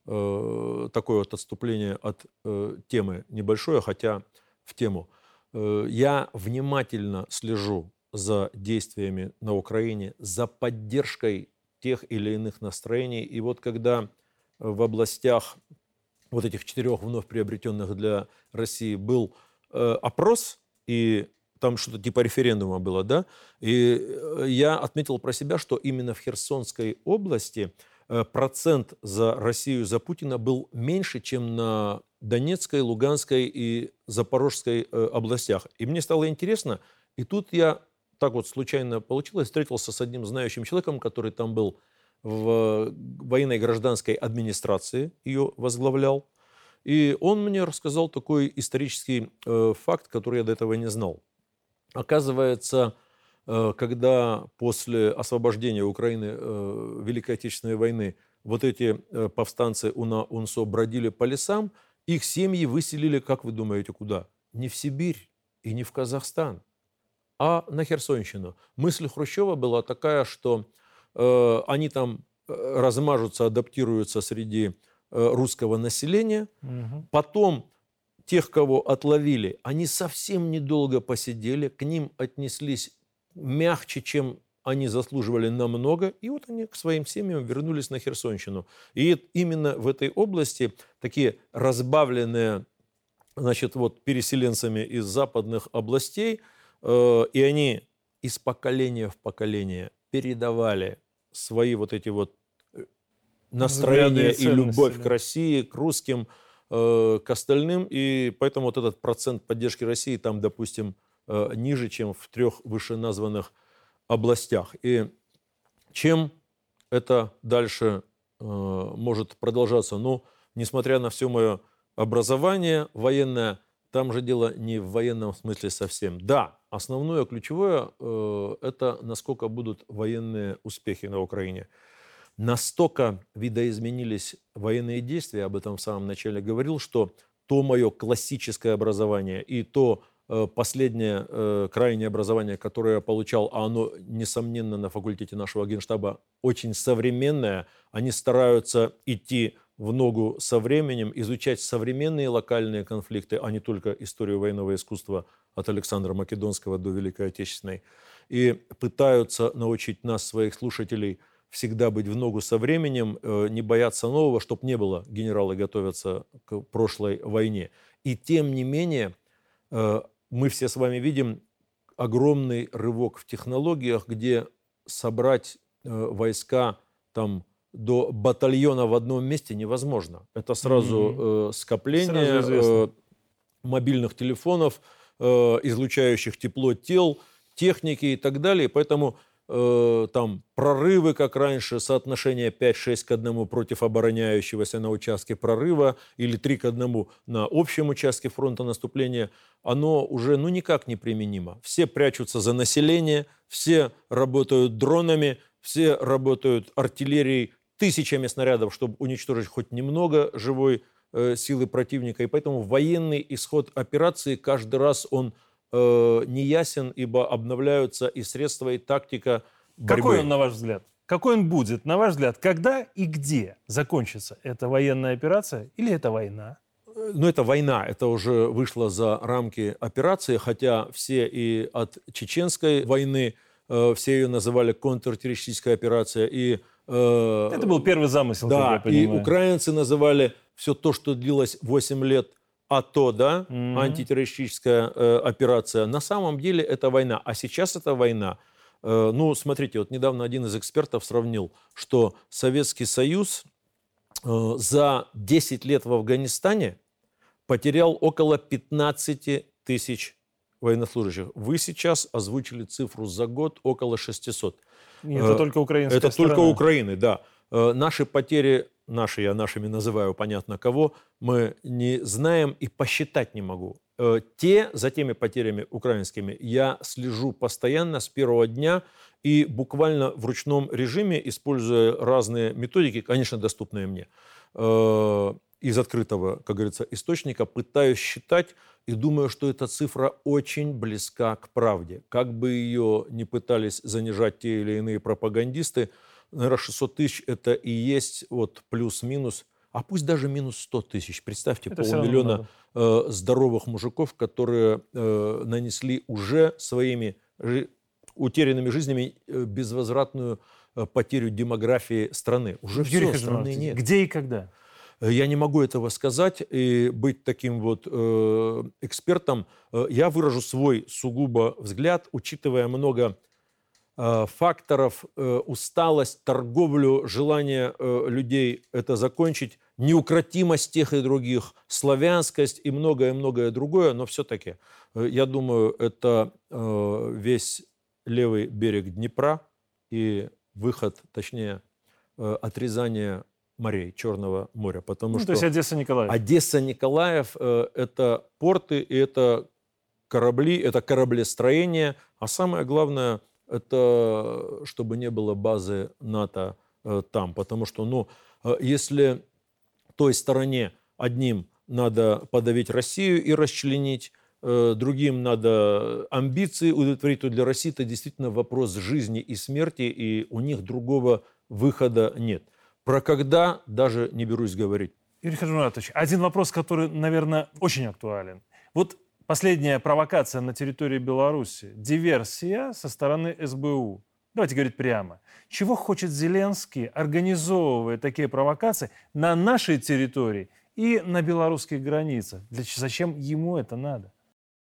такое вот отступление от темы небольшое, хотя в тему. Я внимательно слежу за действиями на Украине, за поддержкой тех или иных настроений. И вот когда в областях вот этих 4 вновь приобретенных для России был опрос, и там что-то типа референдума было, да, и я отметил про себя, что именно в Херсонской области процент за Россию, за Путина был меньше, чем на Донецкой, Луганской и Запорожской областях. И мне стало интересно, и тут я так вот случайно получилось, встретился с одним знающим человеком, который там был в военной гражданской администрации, ее возглавлял. И он мне рассказал такой исторический факт, который я до этого не знал. Оказывается, когда после освобождения Украины Великой Отечественной войны вот эти повстанцы УНА-УНСО бродили по лесам, их семьи выселили, как вы думаете, куда? Не в Сибирь и не в Казахстан, а на Херсонщину. Мысль Хрущева была такая, что они там размажутся, адаптируются среди русского населения, потом тех, кого отловили, они совсем недолго посидели, к ним отнеслись мягче, чем они заслуживали намного, и вот они к своим семьям вернулись на Херсонщину. И именно в этой области такие разбавленные, значит, вот переселенцами из западных областей, и они из поколения в поколение передавали свои вот эти вот настроения и любовь к России, к русским, к остальным. И поэтому вот этот процент поддержки России там, допустим, ниже, чем в 3 вышеназванных областях. И чем это дальше может продолжаться? Ну, несмотря на все мое образование военное, там же дело не в военном смысле совсем. Да, основное, ключевое, это насколько будут военные успехи на Украине. Настолько видоизменились военные действия, об этом в самом начале говорил, что то мое классическое образование и то последнее крайнее образование, которое я получал, а оно, несомненно, на факультете нашего Генштаба очень современное, они стараются идти в ногу со временем, изучать современные локальные конфликты, а не только историю военного искусства от Александра Македонского до Великой Отечественной, и пытаются научить нас, своих слушателей, всегда быть в ногу со временем, не бояться нового, чтобы не было. Генералы готовятся к прошлой войне. И тем не менее, мы все с вами видим огромный рывок в технологиях, где собрать войска там до батальона в одном месте невозможно. Это сразу скопление сразу мобильных телефонов, излучающих тепло тел, техники и так далее. Поэтому там прорывы, как раньше, соотношение 5-6 к 1 против обороняющегося на участке прорыва или 3 к 1 на общем участке фронта наступления, оно уже никак не применимо. Все прячутся за население, все работают дронами, все работают артиллерией, тысячами снарядов, чтобы уничтожить хоть немного живой силы противника. И поэтому военный исход операции каждый раз он неясен, ибо обновляются и средства, и тактика борьбы.
Какой он, на ваш взгляд? Какой он будет, на ваш взгляд? Когда и где закончится эта военная операция или это война?
Ну, это война. Это уже вышло за рамки операции, хотя все и от чеченской войны, все ее называли контртеррористическая операция. И,
это был первый замысел,
да,
как я понимаю.
И украинцы называли все то, что длилось 8 лет, АТО, да, антитеррористическая операция. На самом деле это война. А сейчас это война. Ну, смотрите, вот недавно один из экспертов сравнил, что Советский Союз за 10 лет в Афганистане потерял около 15 тысяч военнослужащих. Вы сейчас озвучили цифру за год около 600.
Это только украинская
Это
сторона.
только Украины, да. Наши потери, я нашими называю, понятно кого, мы не знаем и посчитать не могу. За теми потерями украинскими я слежу постоянно с первого дня и буквально в ручном режиме, используя разные методики, конечно, доступные мне, из открытого, как говорится, источника, пытаюсь считать и думаю, что эта цифра очень близка к правде. Как бы ее ни пытались занижать те или иные пропагандисты, наверное, 600 тысяч это и есть вот плюс-минус, а пусть даже минус 100 тысяч. Представьте, это 500 000 здоровых мужиков, которые нанесли уже своими утерянными жизнями безвозвратную потерю демографии страны. Уже все, страны нет.
Где и когда?
Я не могу этого сказать и быть таким вот экспертом. Я выражу свой сугубо взгляд, учитывая много факторов: усталость, торговлю, желание людей это закончить, неукротимость тех и других, славянскость и многое-многое другое. Но все-таки, я думаю, это весь левый берег Днепра и выход, точнее, отрезание морей, Черного моря. Потому что
то есть Одесса-Николаев.
Одесса-Николаев это порты, и это корабли, это кораблестроение. А самое главное, это чтобы не было базы НАТО там. Потому что, если той стороне одним надо подавить Россию и расчленить, другим надо амбиции удовлетворить, то для России это действительно вопрос жизни и смерти, и у них другого выхода нет. Про когда даже не берусь говорить.
Юрий Хаджимуратович, один вопрос, который, наверное, очень актуален. Вот последняя провокация на территории Беларуси, диверсия со стороны СБУ. Давайте говорить прямо. Чего хочет Зеленский, организовывая такие провокации на нашей территории и на белорусских границах? Зачем ему это надо?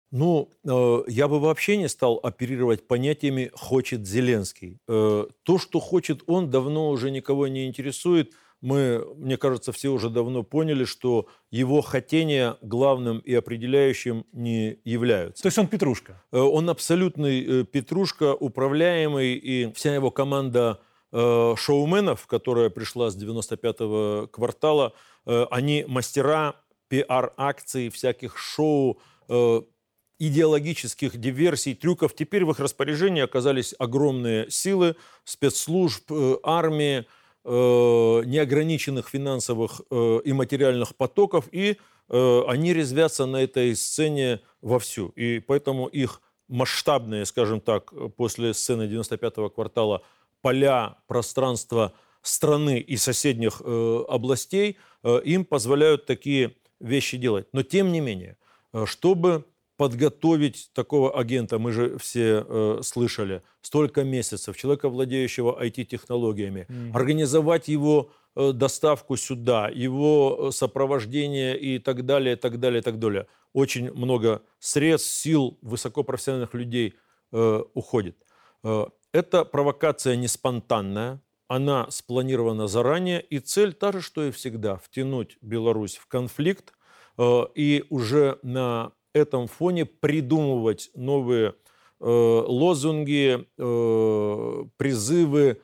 Я бы вообще не стал оперировать понятиями «хочет Зеленский». То, что хочет он, давно уже никого не интересует. Мне кажется, все уже давно поняли, что его хотения главным и определяющим не являются.
То есть он петрушка?
Он абсолютный петрушка, управляемый, и вся его команда шоуменов, которая пришла с 95-го квартала, они мастера пиар-акций, всяких шоу, идеологических диверсий, трюков. Теперь в их распоряжении оказались огромные силы, спецслужб, армии, неограниченных финансовых и материальных потоков, и они резвятся на этой сцене вовсю. И поэтому их масштабные, скажем так, после сцены 95-го квартала поля, пространства страны и соседних областей им позволяют такие вещи делать. Но тем не менее, чтобы подготовить такого агента, мы же все слышали, столько месяцев, человека, владеющего IT-технологиями, организовать его доставку сюда, его сопровождение и так далее, так далее, так далее. Очень много средств, сил, высокопрофессиональных людей уходит. Эта провокация не спонтанная, она спланирована заранее, и цель та же, что и всегда, втянуть Беларусь в конфликт и уже на этом фоне придумывать новые лозунги, призывы,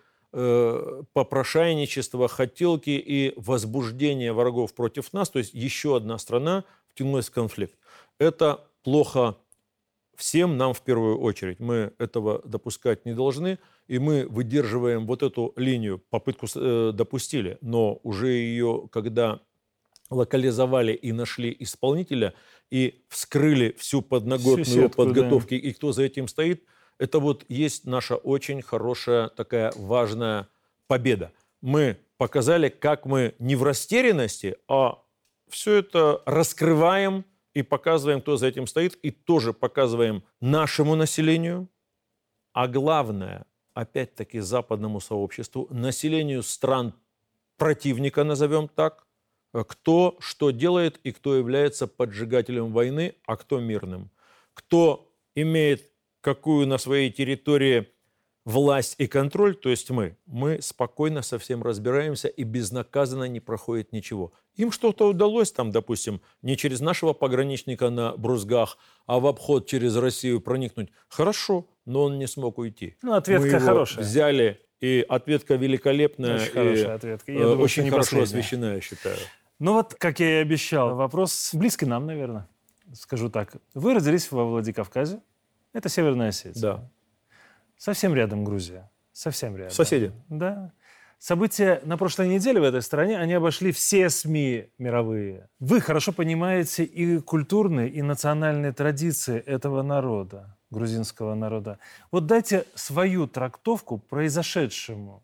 попрошайничества, хотелки и возбуждение врагов против нас. То есть еще одна страна втянулась в конфликт. Это плохо всем нам в первую очередь. Мы этого допускать не должны, и мы выдерживаем вот эту линию. Попытку допустили, но уже ее, когда локализовали и нашли исполнителя, и вскрыли всю подноготную подготовки, да. И кто за этим стоит, это вот есть наша очень хорошая, такая важная победа. Мы показали, как мы не в растерянности, а все это раскрываем и показываем, кто за этим стоит, и тоже показываем нашему населению, а главное, опять-таки, западному сообществу, населению стран противника, назовем так, кто что делает и кто является поджигателем войны, а кто мирным. Кто имеет какую на своей территории власть и контроль, то есть мы спокойно со всем разбираемся и безнаказанно не проходит ничего. Им что-то удалось там, допустим, не через нашего пограничника на Брузгах, а в обход через Россию проникнуть. Хорошо, но он не смог уйти.
Ответка
мы его
хорошая.
Взяли, и ответка великолепная.
Очень хорошая ответка. Я думаю,
очень хорошо освещена, я считаю.
Как я и обещал, вопрос близкий нам, наверное. Скажу так. Вы родились во Владикавказе. Это Северная Осетия.
Да.
Совсем рядом Грузия. Совсем рядом.
Соседи.
Да. События на прошлой неделе в этой стране, они обошли все СМИ мировые. Вы хорошо понимаете и культурные, и национальные традиции этого народа, грузинского народа. Вот дайте свою трактовку произошедшему.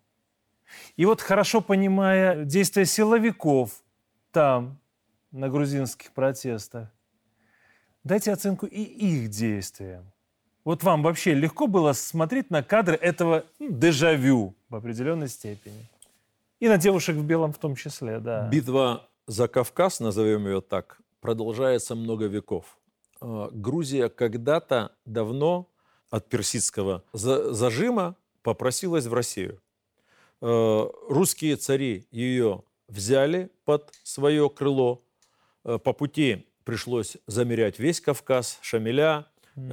И вот хорошо понимая действия силовиков там, на грузинских протестах, дайте оценку и их действиям. Вот вам вообще легко было смотреть на кадры этого дежавю в определенной степени? И на девушек в белом в том числе, да.
Битва за Кавказ, назовем ее так, продолжается много веков. Грузия когда-то давно от персидского зажима попросилась в Россию. Русские цари ее взяли под свое крыло. По пути пришлось замерять весь Кавказ, Шамиля,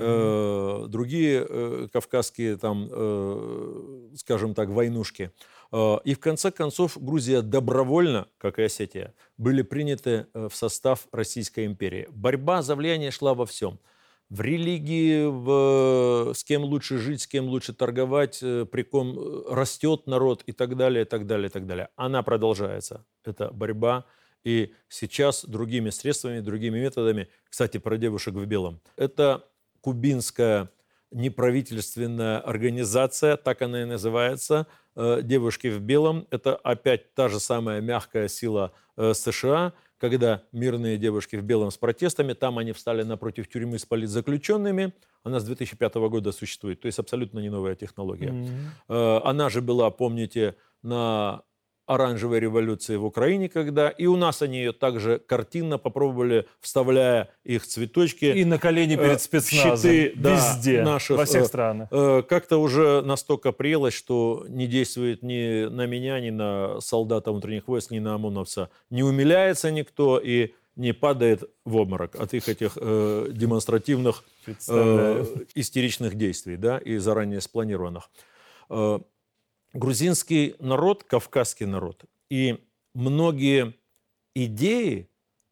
другие кавказские, там, скажем так, войнушки. И в конце концов Грузия добровольно, как и Осетия, были приняты в состав Российской империи. Борьба за влияние шла во всем. В религии, с кем лучше жить, с кем лучше торговать, при ком растет народ и так далее, и так далее, и так далее. Она продолжается, эта борьба. И сейчас другими средствами, другими методами, кстати, про девушек в белом. Это кубинская неправительственная организация, так она и называется, «Девушки в белом». Это опять та же самая мягкая сила США, когда мирные девушки в белом с протестами, там они встали напротив тюрьмы с политзаключенными. Она с 2005 года существует, то есть абсолютно не новая технология. Она же была, помните, на оранжевой революции в Украине, когда и у нас они ее также картинно попробовали, вставляя их цветочки.
И на колени перед спецназом.
Щиты,
везде,
наших,
во всех странах.
Как-то уже настолько приелось, что не действует ни на меня, ни на солдата внутренних войск, ни на ОМОНовца. Не умиляется никто и не падает в обморок от их этих демонстративных истеричных действий, да, и заранее спланированных. Грузинский народ, кавказский народ, и многие идеи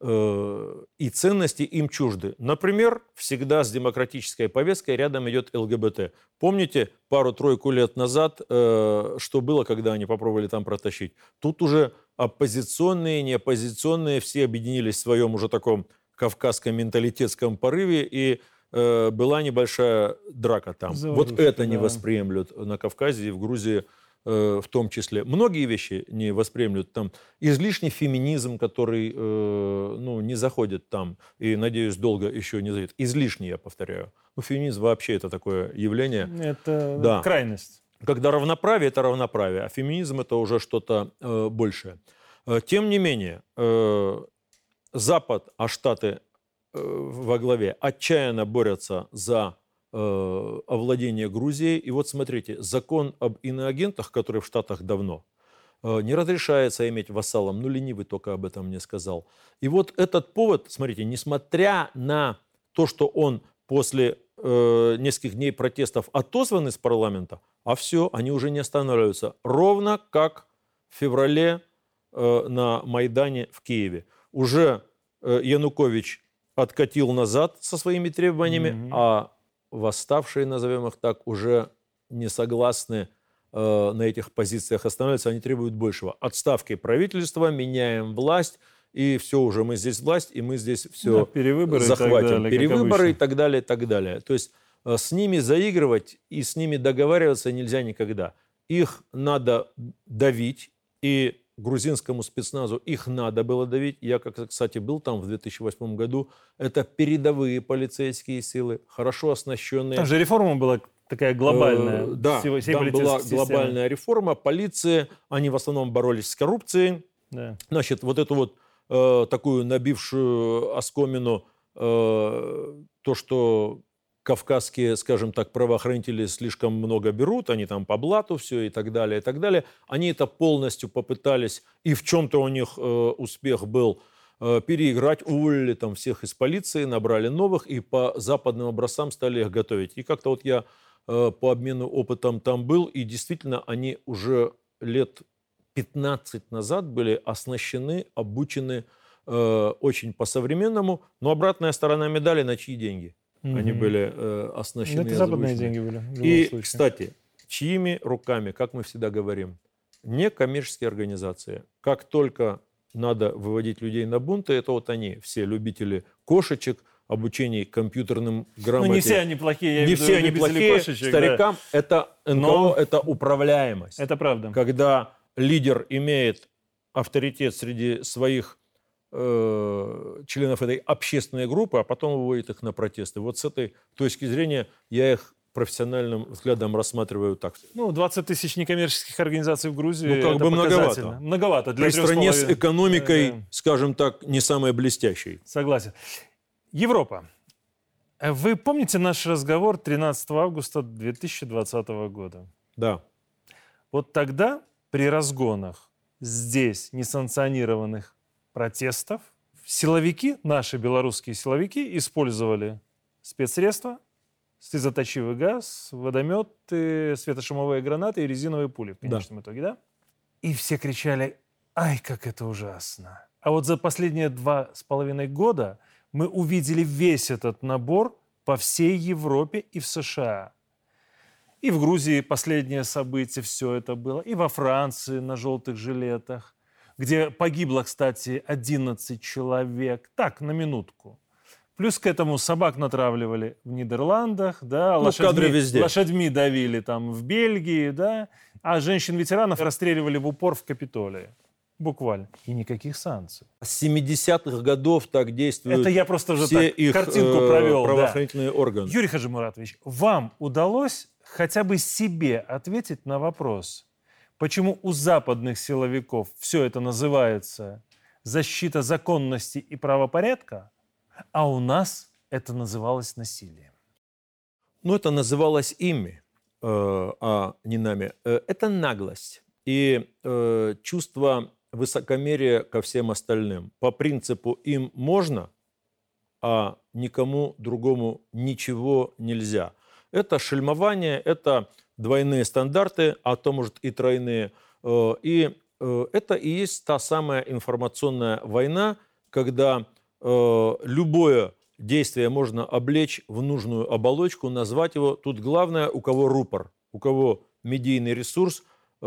и ценности им чужды. Например, всегда с демократической повесткой рядом идет ЛГБТ. Помните, пару-тройку лет назад, что было, когда они попробовали там протащить? Тут уже оппозиционные, неоппозиционные, все объединились в своем уже таком кавказском менталитетском порыве, и была небольшая драка там.
Заварушка,
вот это не восприемлют на Кавказе и в Грузии в том числе. Многие вещи не восприемлют там. Излишний феминизм, который не заходит там, и, надеюсь, долго еще не зайдет. Излишний, я повторяю. Феминизм вообще это такое явление.
Это крайность.
Когда равноправие – это равноправие, а феминизм – это уже что-то большее. Тем не менее, Запад, а Штаты во главе отчаянно борются за овладение Грузией. И вот смотрите, закон об иноагентах, который в Штатах давно, не разрешается иметь вассалом. Ленивый только об этом мне сказал. И вот этот повод, смотрите, несмотря на то, что он после нескольких дней протестов отозван из парламента, а все, они уже не останавливаются. Ровно как в феврале на Майдане в Киеве. Уже Янукович откатил назад со своими требованиями, а восставшие, назовем их так, уже не согласны на этих позициях останавливаются, они требуют большего. Отставки правительства, меняем власть, и все уже, мы здесь власть, и мы здесь все
перевыборы
захватим.
Далее,
перевыборы и так далее, и так далее. То есть с ними заигрывать и с ними договариваться нельзя никогда. Их надо давить, и грузинскому спецназу их надо было давить. Я, кстати, был там в 2008 году. Это передовые полицейские силы, хорошо оснащенные.
Там же реформа была такая глобальная.
Да, там была глобальная реформа. Полиция, они в основном боролись с коррупцией.
Да.
Значит, вот эту вот такую набившую оскомину, то, что кавказские, скажем так, правоохранители слишком много берут, они там по блату все и так далее, и так далее. Они это полностью попытались, и в чем-то у них успех был, переиграть, уволили там всех из полиции, набрали новых и по западным образцам стали их готовить. И как-то вот я по обмену опытом там был, и действительно они уже лет 15 назад были оснащены, обучены очень по-современному, но обратная сторона медали на чьи деньги? Они были оснащены.
Это западные деньги были.
И, кстати, чьими руками, как мы всегда говорим, не коммерческие организации. Как только надо выводить людей на бунты, это вот они, все любители кошечек, обучений компьютерным грамоте.
Не все они плохие,
не все они плохие.
Кошечек,
старикам это НКО, это управляемость.
Это правда.
Когда лидер имеет авторитет среди своих членов этой общественной группы, а потом выводит их на протесты. Вот с этой точки зрения я их профессиональным взглядом рассматриваю так.
20 тысяч некоммерческих организаций в Грузии,
это
бы
многовато.
Многовато.
Для стране с экономикой, скажем так, не самой блестящей.
Согласен. Европа. Вы помните наш разговор 13 августа 2020 года?
Да.
Вот тогда при разгонах здесь несанкционированных протестов силовики, наши белорусские силовики, использовали спецсредства, слезоточивый газ, водометы, светошумовые гранаты и резиновые пули в конечном итоге, да? И все кричали: «Ай, как это ужасно!» А вот за последние 2,5 года мы увидели весь этот набор по всей Европе и в США. И в Грузии последнее событие, все это было. И во Франции на желтых жилетах, где погибло, кстати, 11 человек. Так, на минутку. Плюс к этому собак натравливали в Нидерландах, да, лошадьми давили там в Бельгии, да, а женщин-ветеранов расстреливали в упор в Капитолии. Буквально. И никаких санкций.
С 70-х годов так действуют.
Это я просто уже
все
так
их
картинку провел.
Правоохранительные органы.
Юрий Хаджимуратович, вам удалось хотя бы себе ответить на вопрос, Почему у западных силовиков все это называется защита законности и правопорядка, а у нас это называлось насилием?
Ну, это называлось ими, а не нами. Это наглость и чувство высокомерия ко всем остальным. По принципу им можно, а никому другому ничего нельзя. Это шельмование, это двойные стандарты, а то, может, и тройные. Это и есть та самая информационная война, когда любое действие можно облечь в нужную оболочку, назвать его. Тут главное, у кого рупор, у кого медийный ресурс,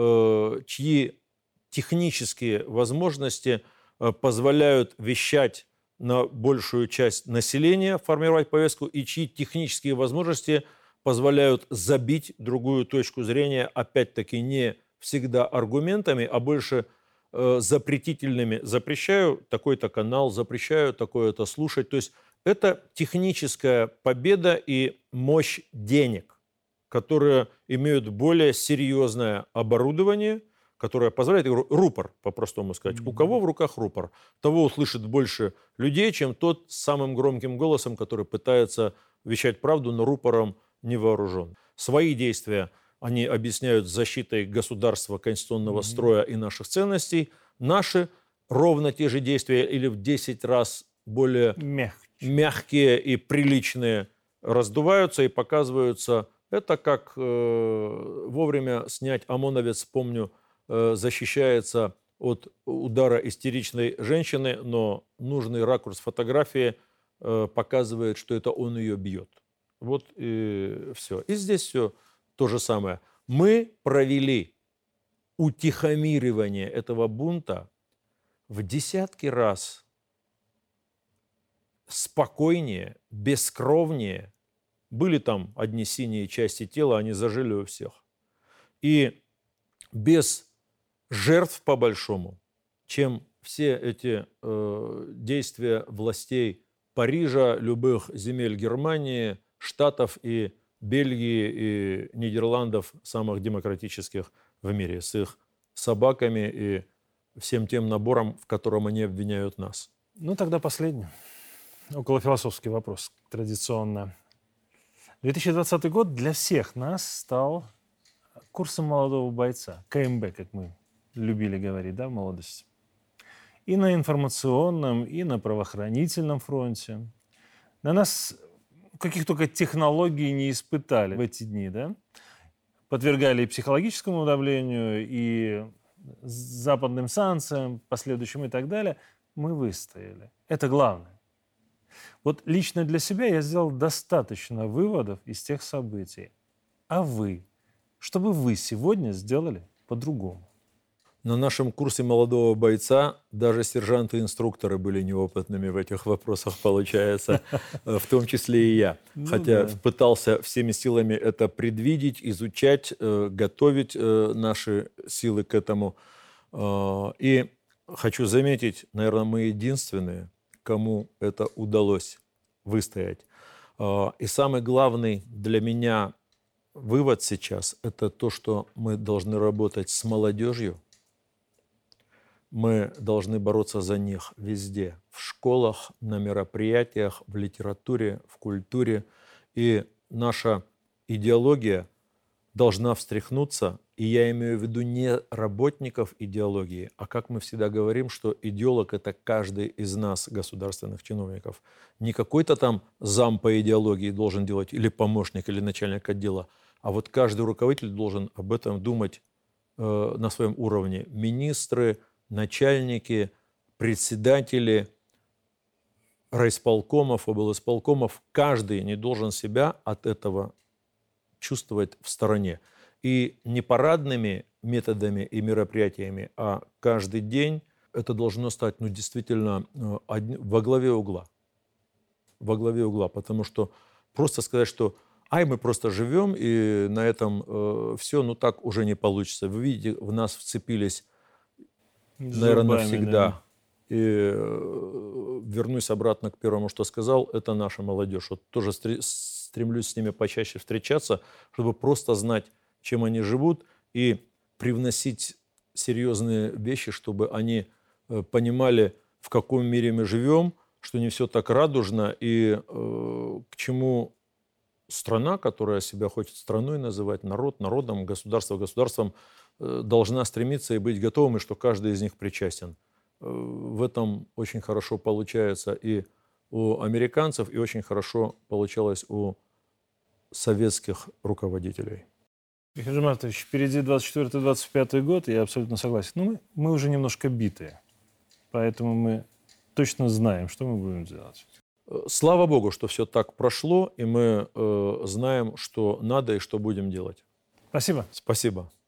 чьи технические возможности позволяют вещать на большую часть населения, формировать повестку, и чьи технические возможности позволяют забить другую точку зрения, опять-таки не всегда аргументами, а больше запретительными. Запрещаю такой-то канал, запрещаю такое-то слушать. То есть это техническая победа и мощь денег, которые имеют более серьезное оборудование, которое позволяет, я говорю, рупор, по-простому сказать. У кого в руках рупор, того услышит больше людей, чем тот с самым громким голосом, который пытается вещать правду, но рупором не вооружен. Свои действия они объясняют защитой государства, конституционного строя и наших ценностей. Наши ровно те же действия или в 10 раз более мягкие и приличные раздуваются и показываются. Это как вовремя снять ОМОНовец, помню, защищается от удара истеричной женщины, но нужный ракурс фотографии показывает, что это он ее бьет. Вот и все. И здесь все то же самое. Мы провели утихомиривание этого бунта в десятки раз спокойнее, бескровнее. Были там одни синие части тела, они зажили у всех. И без жертв, по-большому, чем все эти действия властей Парижа, любых земель Германии, Штатов и Бельгии и Нидерландов, самых демократических в мире, с их собаками и всем тем набором, в котором они обвиняют нас.
Ну, тогда последний, околофилософский вопрос, традиционно. 2020 год для всех нас стал курсом молодого бойца, КМБ, как мы любили говорить, да, в молодости. И на информационном, и на правоохранительном фронте. На нас каких только технологий не испытали в эти дни, да? Подвергали и психологическому давлению, и западным санкциям, последующим и так далее. Мы выстояли. Это главное. Вот лично для себя я сделал достаточно выводов из тех событий. А вы? Что бы вы сегодня сделали по-другому?
На нашем курсе молодого бойца даже сержанты-инструкторы были неопытными в этих вопросах, получается, в том числе и я. Хотя пытался всеми силами это предвидеть, изучать, готовить наши силы к этому. И хочу заметить, наверное, мы единственные, кому это удалось выстоять. И самый главный для меня вывод сейчас – это то, что мы должны работать с молодежью. Мы должны бороться за них везде. В школах, на мероприятиях, в литературе, в культуре. И наша идеология должна встряхнуться. И я имею в виду не работников идеологии, а, как мы всегда говорим, что идеолог – это каждый из нас, государственных чиновников. Не какой-то там зам по идеологии должен делать, или помощник, или начальник отдела, а вот каждый руководитель должен об этом думать на своем уровне. Министры, начальники, председатели райисполкомов, облисполкомов, каждый не должен себя от этого чувствовать в стороне. И не парадными методами и мероприятиями, а каждый день это должно стать действительно во главе угла. Во главе угла, потому что просто сказать, что мы просто живем, и на этом все, так уже не получится. Вы видите, в нас вцепились, наверное, навсегда. Да. И вернусь обратно к первому, что сказал, это наша молодежь. Вот тоже стремлюсь с ними почаще встречаться, чтобы просто знать, чем они живут, и привносить серьезные вещи, чтобы они понимали, в каком мире мы живем, что не все так радужно, и к чему страна, которая себя хочет страной называть, народ народом, государство государством, должна стремиться и быть готовым, и что каждый из них причастен. В этом очень хорошо получается и у американцев, и очень хорошо получалось у советских руководителей.
Михаил Мартович, впереди 24-25 год, я абсолютно согласен. Но мы уже немножко битые, поэтому мы точно знаем, что мы будем делать.
Слава Богу, что все так прошло, и мы знаем, что надо и что будем делать.
Спасибо.
Спасибо.